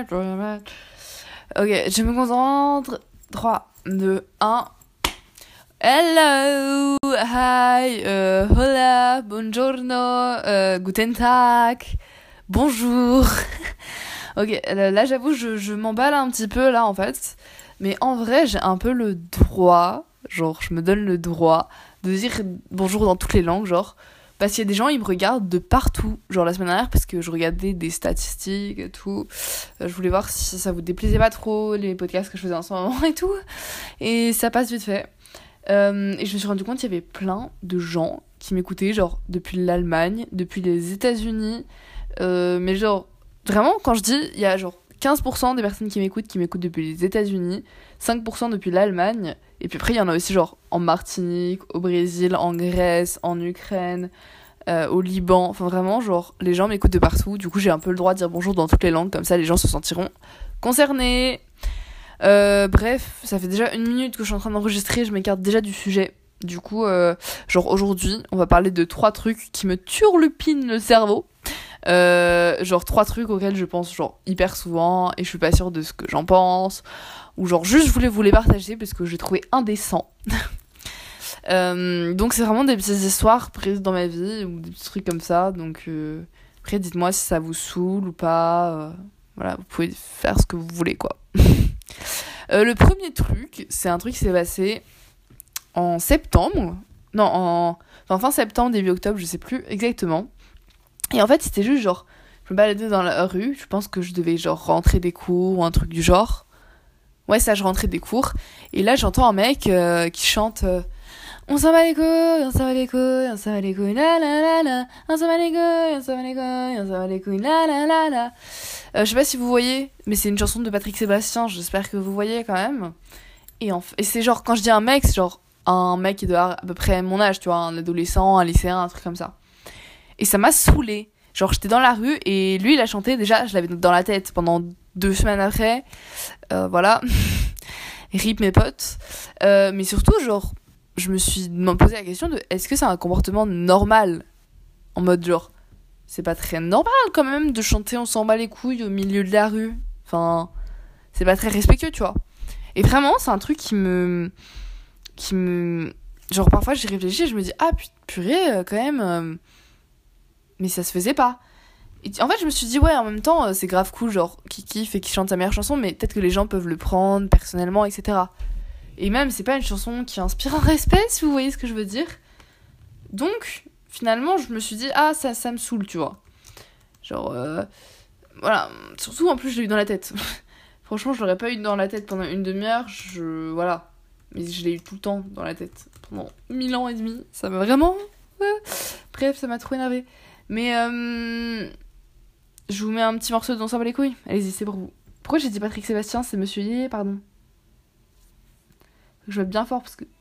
Ok, je me concentre. 3, 2, 1. Hello, hi, hola, buongiorno, guten Tag, bonjour. Ok, là j'avoue, je m'emballe un petit peu là en fait. Mais en vrai, j'ai un peu le droit, genre je me donne le droit de dire bonjour dans toutes les langues, genre. Parce qu'il y a des gens, ils me regardent de partout. Genre la semaine dernière, parce que je regardais des statistiques et tout. Je voulais voir si ça vous déplaisait pas trop, les podcasts que je faisais en ce moment et tout. Et ça passe vite fait. Et je me suis rendu compte qu'il y avait plein de gens qui m'écoutaient, genre depuis l'Allemagne, depuis les États-Unis. Mais genre, vraiment, quand je dis, il y a genre 15% des personnes qui m'écoutent depuis les États-Unis, 5% depuis l'Allemagne, et puis après il y en a aussi genre en Martinique, au Brésil, en Grèce, en Ukraine, au Liban, enfin vraiment genre les gens m'écoutent de partout, du coup j'ai un peu le droit de dire bonjour dans toutes les langues, comme ça les gens se sentiront concernés. Bref, ça fait déjà 1 minute que je suis en train d'enregistrer, je m'écarte déjà du sujet. Du coup, genre aujourd'hui, on va parler de 3 trucs qui me turlupinent le cerveau. Genre 3 trucs auxquels je pense genre hyper souvent et je suis pas sûre de ce que j'en pense, ou genre juste je voulais vous les partager parce que j'ai trouvé indécent. Donc c'est vraiment des petites histoires prises dans ma vie ou des petits trucs comme ça, donc après dites-moi si ça vous saoule ou pas, voilà, vous pouvez faire ce que vous voulez quoi. Le premier truc, c'est un truc qui s'est passé en septembre, non fin septembre, début octobre, je sais plus exactement. Et en fait, c'était juste genre, je me baladais dans la rue, je pense que je devais genre rentrer des cours ou un truc du genre. Ouais, ça, je rentrais des cours. Et là, j'entends un mec qui chante on s'en bat les couilles, on s'en bat les couilles, on s'en bat les couilles, la la la la, on s'en bat les couilles, on s'en bat les couilles, on s'en bat les couilles, la la la la. Je sais pas si vous voyez, mais c'est une chanson de Patrick Sébastien, j'espère que vous voyez quand même. Et c'est genre, quand je dis un mec, c'est genre un mec qui doit à peu près mon âge, tu vois, un adolescent, un lycéen, un truc comme ça. Et ça m'a saoulée. Genre, j'étais dans la rue et lui, il a chanté. Déjà, je l'avais dans la tête pendant 2 semaines après. Voilà. Rip mes potes. Mais surtout, genre, je me suis posé la question de est-ce que c'est un comportement normal ? En mode, genre, c'est pas très normal quand même de chanter on s'en bat les couilles au milieu de la rue. Enfin, c'est pas très respectueux, tu vois. Et vraiment, c'est un truc qui me... Genre, parfois, j'y réfléchis et je me dis, ah, purée, quand même... Mais ça se faisait pas. Et en fait, je me suis dit, ouais, en même temps, c'est grave cool, genre, qui kiffe et qui chante sa meilleure chanson, mais peut-être que les gens peuvent le prendre personnellement, etc. Et même, c'est pas une chanson qui inspire un respect, si vous voyez ce que je veux dire. Donc, finalement, je me suis dit, ah, ça me saoule, tu vois. Genre, voilà. Surtout, en plus, je l'ai eu dans la tête. Franchement, je l'aurais pas eu dans la tête pendant 1 demi-heure, voilà. Mais je l'ai eu tout le temps dans la tête. Pendant 1000 ans et demi. Ça m'a vraiment... Bref, ça m'a trop énervée. Mais je vous mets un petit morceau de On s'en bat les couilles. Allez-y, c'est pour vous. Pourquoi j'ai dit Patrick Sébastien ? C'est Monsieur Yé, pardon. Je vais bien fort parce que...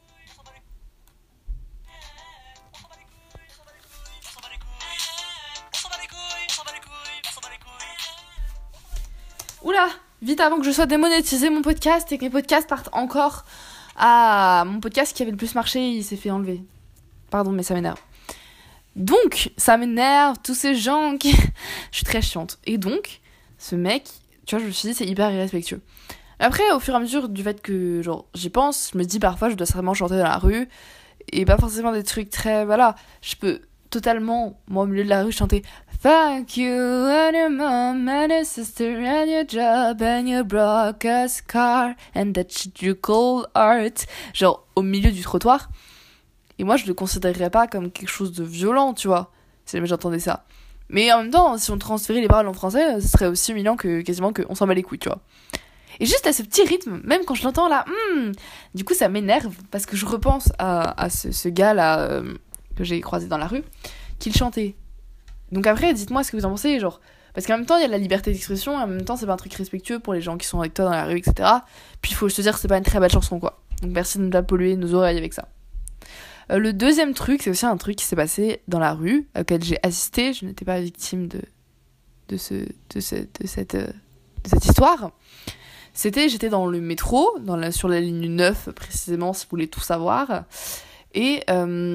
Oula, vite avant que je sois démonétisé mon podcast et que mes podcasts partent encore. Ah, mon podcast qui avait le plus marché, il s'est fait enlever. Pardon, mais ça m'énerve. Donc, ça m'énerve, tous ces gens qui... Je suis très chiante. Et donc, ce mec, tu vois, je me suis dit, c'est hyper irrespectueux. Après, au fur et à mesure du fait que, genre, j'y pense, je me dis parfois, je dois certainement chanter dans la rue, et pas forcément des trucs très... Voilà, je peux totalement, moi, au milieu de la rue, chanter « Fuck you and your mom and your sister and your job and your broke ass car and that shit you call art », genre, au milieu du trottoir. Et moi, je le considérerais pas comme quelque chose de violent, tu vois, si jamais j'entendais ça. Mais en même temps, si on transférait les paroles en français, ce serait aussi humiliant que quasiment qu'on s'en bat les couilles, tu vois. Et juste à ce petit rythme, même quand je l'entends là, du coup, ça m'énerve, parce que je repense à ce gars-là que j'ai croisé dans la rue, qu'il chantait. Donc après, dites-moi ce que vous en pensez, genre... Parce qu'en même temps, il y a la liberté d'expression, et en même temps, c'est pas un truc respectueux pour les gens qui sont avec toi dans la rue, etc. Puis il faut se dire que c'est pas une très belle chanson, quoi. Donc merci de ne pas polluer nos oreilles avec ça. Le deuxième truc, c'est aussi un truc qui s'est passé dans la rue, auquel j'ai assisté. Je n'étais pas victime de cette histoire. J'étais dans le métro, sur la ligne 9 précisément, si vous voulez tout savoir. Et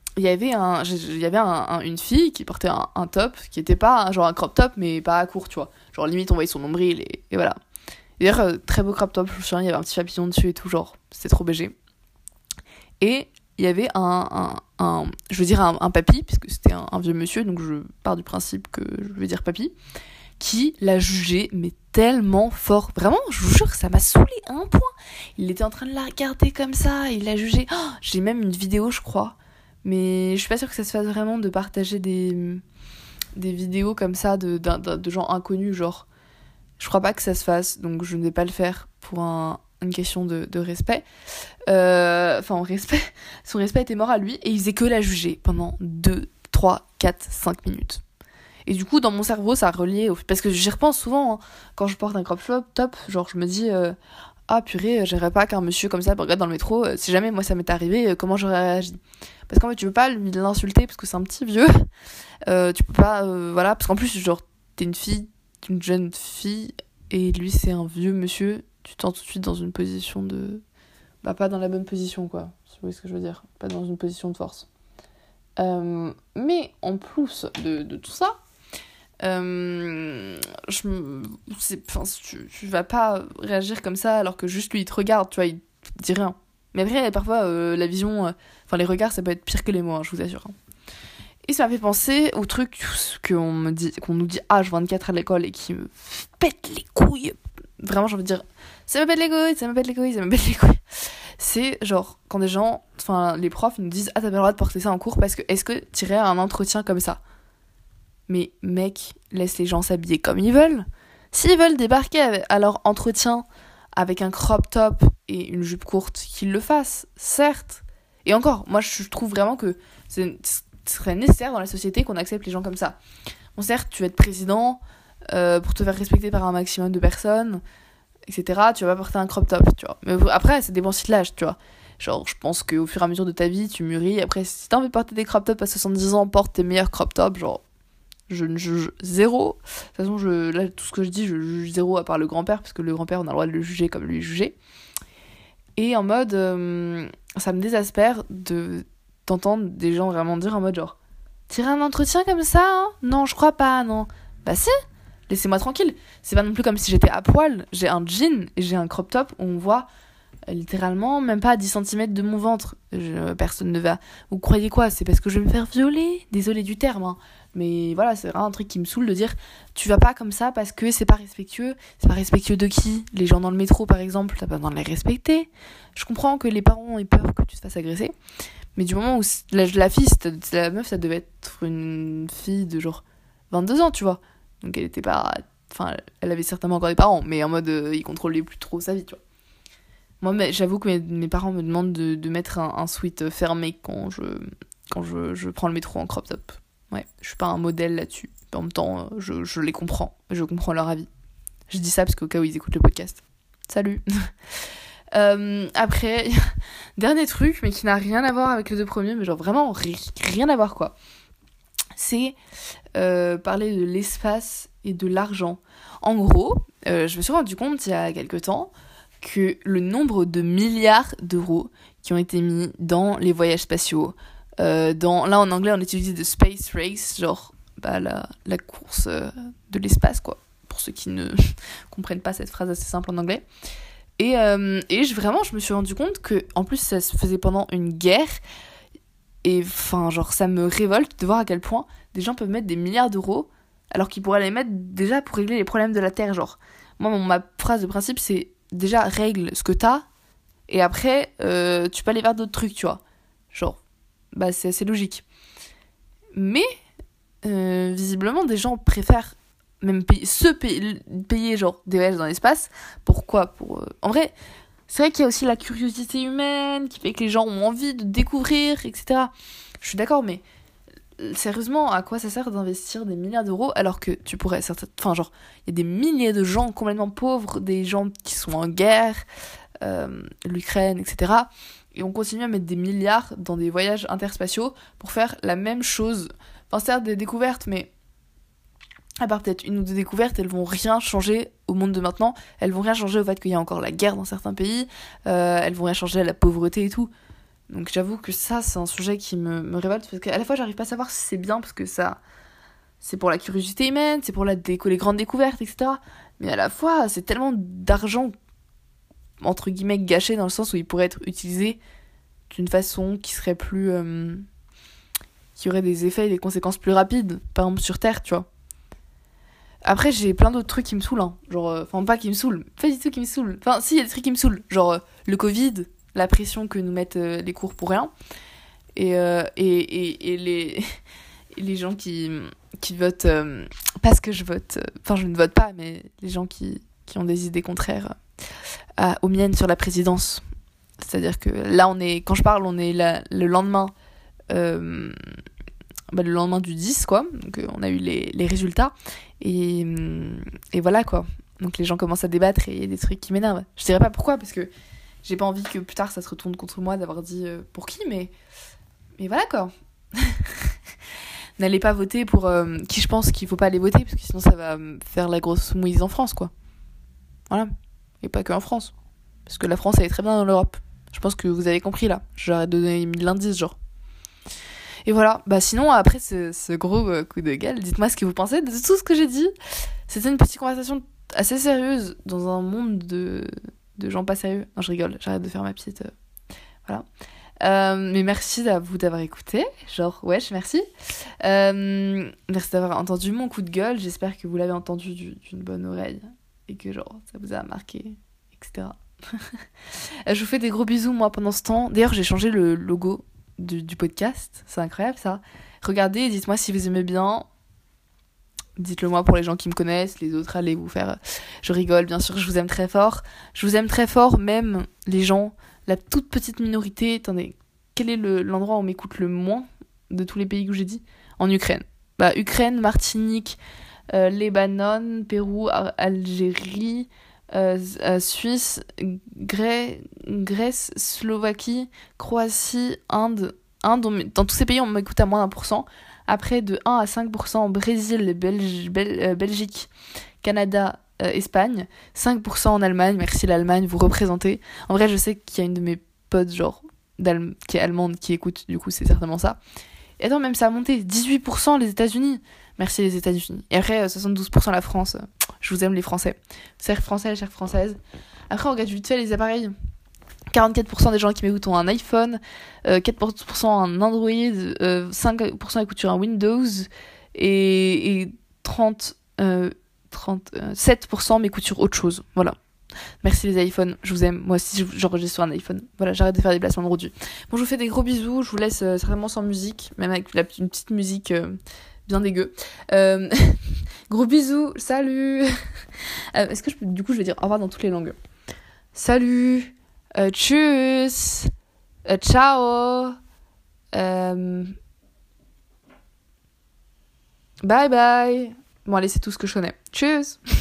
une fille qui portait un top qui était pas genre un crop top mais pas court, tu vois, genre limite on voyait son nombril et voilà. D'ailleurs très beau crop top, je me souviens, il y avait un petit papillon dessus et tout, genre c'était trop BG. Et il y avait je veux dire un papy, puisque c'était un vieux monsieur, donc je pars du principe que je veux dire papy, qui l'a jugé, mais tellement fort. Vraiment, je vous jure, ça m'a saoulé à un point. Il était en train de la regarder comme ça, il l'a jugé. Oh, j'ai même une vidéo, je crois. Mais je suis pas sûre que ça se fasse vraiment de partager des vidéos comme ça de gens inconnus, genre. Je crois pas que ça se fasse, donc je ne vais pas le faire pour une question de respect. Enfin, respect. Son respect était mort à lui, et il faisait que la juger pendant 2, 3, 4, 5 minutes. Et du coup, dans mon cerveau, ça a relié parce que j'y repense souvent, hein, quand je porte un crop top, genre je me dis ah purée, j'aimerais pas qu'un monsieur comme ça me regarde dans le métro, si jamais moi ça m'était arrivé, comment j'aurais réagi. Parce qu'en fait, tu peux pas lui l'insulter parce que c'est un petit vieux. Tu peux pas voilà, parce qu'en plus genre t'es une jeune fille et lui c'est un vieux monsieur, tu te sens tout de suite dans une position de pas dans la bonne position, quoi. Si vous voyez ce que je veux dire, pas dans une position de force. Mais en plus de tout ça, tu vas pas réagir comme ça alors que juste lui il te regarde, tu vois, il te dit rien. Mais après parfois la vision, les regards ça peut être pire que les mots, hein, je vous assure. Et ça m'a fait penser au truc qu'on nous dit H24 à l'école et qui me pète les couilles. Vraiment, j'ai envie de dire ça me pète les couilles. C'est genre quand des gens, les profs ils nous disent ah t'as pas le droit de porter ça en cours parce que est-ce que t'irais à un entretien comme ça? Mais mec, laisse les gens s'habiller comme ils veulent. S'ils veulent débarquer à leur entretien avec un crop top et une jupe courte, qu'ils le fassent, certes. Et encore, moi je trouve vraiment que ce serait nécessaire dans la société qu'on accepte les gens comme ça. Bon, certes, tu vas être président pour te faire respecter par un maximum de personnes, etc. Tu vas pas porter un crop top, tu vois. Mais après, ça dépend aussi de l'âge, tu vois. Genre, je pense qu'au fur et à mesure de ta vie, tu mûris. Après, si t'as envie de porter des crop tops à 70 ans, porte tes meilleurs crop tops, genre. Je ne juge zéro. De toute façon, là, tout ce que je dis, je juge zéro à part le grand-père, parce que le grand-père, on a le droit de le juger comme lui est jugé. Et en mode, ça me désespère d'entendre des gens vraiment dire en mode genre, tirer un entretien comme ça, hein? Non, je crois pas, non. Bah si, laissez-moi tranquille. C'est pas non plus comme si j'étais à poil. J'ai un jean et j'ai un crop top où on voit littéralement même pas à 10 cm de mon ventre. Personne ne va... Vous croyez quoi? C'est parce que je vais me faire violer? Désolée du terme, hein. Mais voilà, c'est vraiment un truc qui me saoule de dire tu vas pas comme ça parce que c'est pas respectueux. C'est pas respectueux de qui? Les gens dans le métro par exemple, t'as pas besoin de les respecter. Je comprends que les parents aient peur que tu te fasses agresser, mais du moment où la fille, la meuf, ça devait être une fille de genre 22 ans, tu vois. Donc elle était pas... elle avait certainement encore des parents, mais en mode ils contrôlaient plus trop sa vie, tu vois. Moi, mais j'avoue que mes parents me demandent de mettre un sweat fermé quand je prends le métro en crop top. Ouais, je suis pas un modèle là-dessus. En même temps, je les comprends. Je comprends leur avis. Je dis ça parce qu'au cas où ils écoutent le podcast. Salut. Après, dernier truc, mais qui n'a rien à voir avec les deux premiers, mais genre vraiment rien à voir, quoi. C'est parler de l'espace et de l'argent. En gros, je me suis rendu compte il y a quelques temps que le nombre de milliards d'euros qui ont été mis dans les voyages spatiaux, là en anglais on utilise the space race, genre la course de l'espace, quoi, pour ceux qui ne comprennent pas cette phrase assez simple en anglais. Et je me suis rendu compte que en plus ça se faisait pendant une guerre, et ça me révolte de voir à quel point des gens peuvent mettre des milliards d'euros alors qu'ils pourraient les mettre déjà pour régler les problèmes de la Terre. Genre, moi ma phrase de principe c'est déjà règle ce que t'as et après tu peux aller vers d'autres trucs, tu vois, genre c'est assez logique. Mais visiblement des gens préfèrent même payer genre des voyages dans l'espace. Pourquoi? En vrai c'est vrai qu'il y a aussi la curiosité humaine qui fait que les gens ont envie de découvrir, etc. Je suis d'accord, mais sérieusement, à quoi ça sert d'investir des milliards d'euros alors que tu pourrais... il y a des milliers de gens complètement pauvres, des gens qui sont en guerre, l'Ukraine, etc. Et on continue à mettre des milliards dans des voyages interspatiaux pour faire la même chose. Certes, des découvertes, mais à part peut-être une ou deux découvertes, elles vont rien changer au monde de maintenant. Elles vont rien changer au fait qu'il y a encore la guerre dans certains pays. Elles vont rien changer à la pauvreté et tout. Donc j'avoue que ça, c'est un sujet qui me révolte, parce qu'à la fois, j'arrive pas à savoir si c'est bien, parce que ça, c'est pour la curiosité humaine, c'est pour les grandes découvertes, etc. Mais à la fois, c'est tellement d'argent, entre guillemets, gâché, dans le sens où il pourrait être utilisé d'une façon qui serait plus... qui aurait des effets et des conséquences plus rapides, par exemple sur Terre, tu vois. Après, j'ai plein d'autres trucs qui me saoulent, hein. Genre, enfin, pas qui me saoulent, pas du tout qui me saoulent. Enfin, si, il y a des trucs qui me saoulent, genre le Covid, la pression que nous mettent les cours pour rien, et les, et les gens qui votent, parce que je vote, enfin, je ne vote pas, mais les gens qui ont des idées contraires aux miennes sur la présidence. C'est-à-dire que là, quand je parle, on est le lendemain. Le lendemain du 10, quoi. Donc on a eu les résultats. Et voilà, quoi. Donc les gens commencent à débattre et il y a des trucs qui m'énervent. Je dirais pas pourquoi, parce que j'ai pas envie que plus tard ça se retourne contre moi d'avoir dit pour qui, mais voilà, quoi. N'allez pas voter pour qui je pense qu'il faut pas aller voter, parce que sinon ça va faire la grosse mouise en France, quoi. Voilà. Et pas que en France. Parce que la France, elle est très bien dans l'Europe. Je pense que vous avez compris, là. J'arrête de donner l'indice, genre. Et voilà, bah sinon, après ce gros coup de gueule, dites-moi ce que vous pensez de tout ce que j'ai dit. C'était une petite conversation assez sérieuse dans un monde de gens pas sérieux. Non, je rigole, j'arrête de faire ma petite... voilà. Mais merci à vous d'avoir écouté. Genre, wesh, merci. Merci d'avoir entendu mon coup de gueule. J'espère que vous l'avez entendu d'une bonne oreille. Et que, genre, ça vous a marqué, etc. Je vous fais des gros bisous, moi, pendant ce temps. D'ailleurs, j'ai changé le logo du podcast, c'est incroyable ça. Regardez, dites-moi si vous aimez bien. Dites-le moi pour les gens qui me connaissent, les autres allez vous faire... Je rigole, bien sûr, je vous aime très fort. Je vous aime très fort, même les gens, la toute petite minorité. Attendez, quel est l'endroit où on m'écoute le moins de tous les pays que j'ai dit ? En Ukraine. Bah, Ukraine, Martinique, Libanon, Pérou, Algérie, Suisse, Grèce, Slovaquie, Croatie, Inde. Dans tous ces pays, on m'écoute à moins d'1%. Après, de 1 à 5%, Brésil, Belgique, Canada, Espagne. 5% en Allemagne. Merci l'Allemagne, vous représentez. En vrai, je sais qu'il y a une de mes potes, genre, qui est allemande, qui écoute. Du coup, c'est certainement ça. Et attends, même ça a monté. 18% les États-Unis. Merci les États-Unis. Et après, 72% la France. Je vous aime les Français. Chers Français, chères Françaises. Après, on regarde vite fait les appareils. 44% des gens qui m'écoutent ont un iPhone, 4% un Android, 5% écoutent sur un Windows et 7% m'écoutent sur autre chose. Voilà. Merci les iPhones, je vous aime. Moi aussi, j'enregistre sur un iPhone. Voilà, j'arrête de faire des placements de produits. Bon, je vous fais des gros bisous. Je vous laisse certainement sans musique, même avec une petite musique bien dégueu. Gros bisous, salut. Est-ce que du coup, je vais dire au revoir dans toutes les langues. Salut. Tschüss, ciao, bye bye. Bon allez, c'est tout ce que je connais. Tschüss.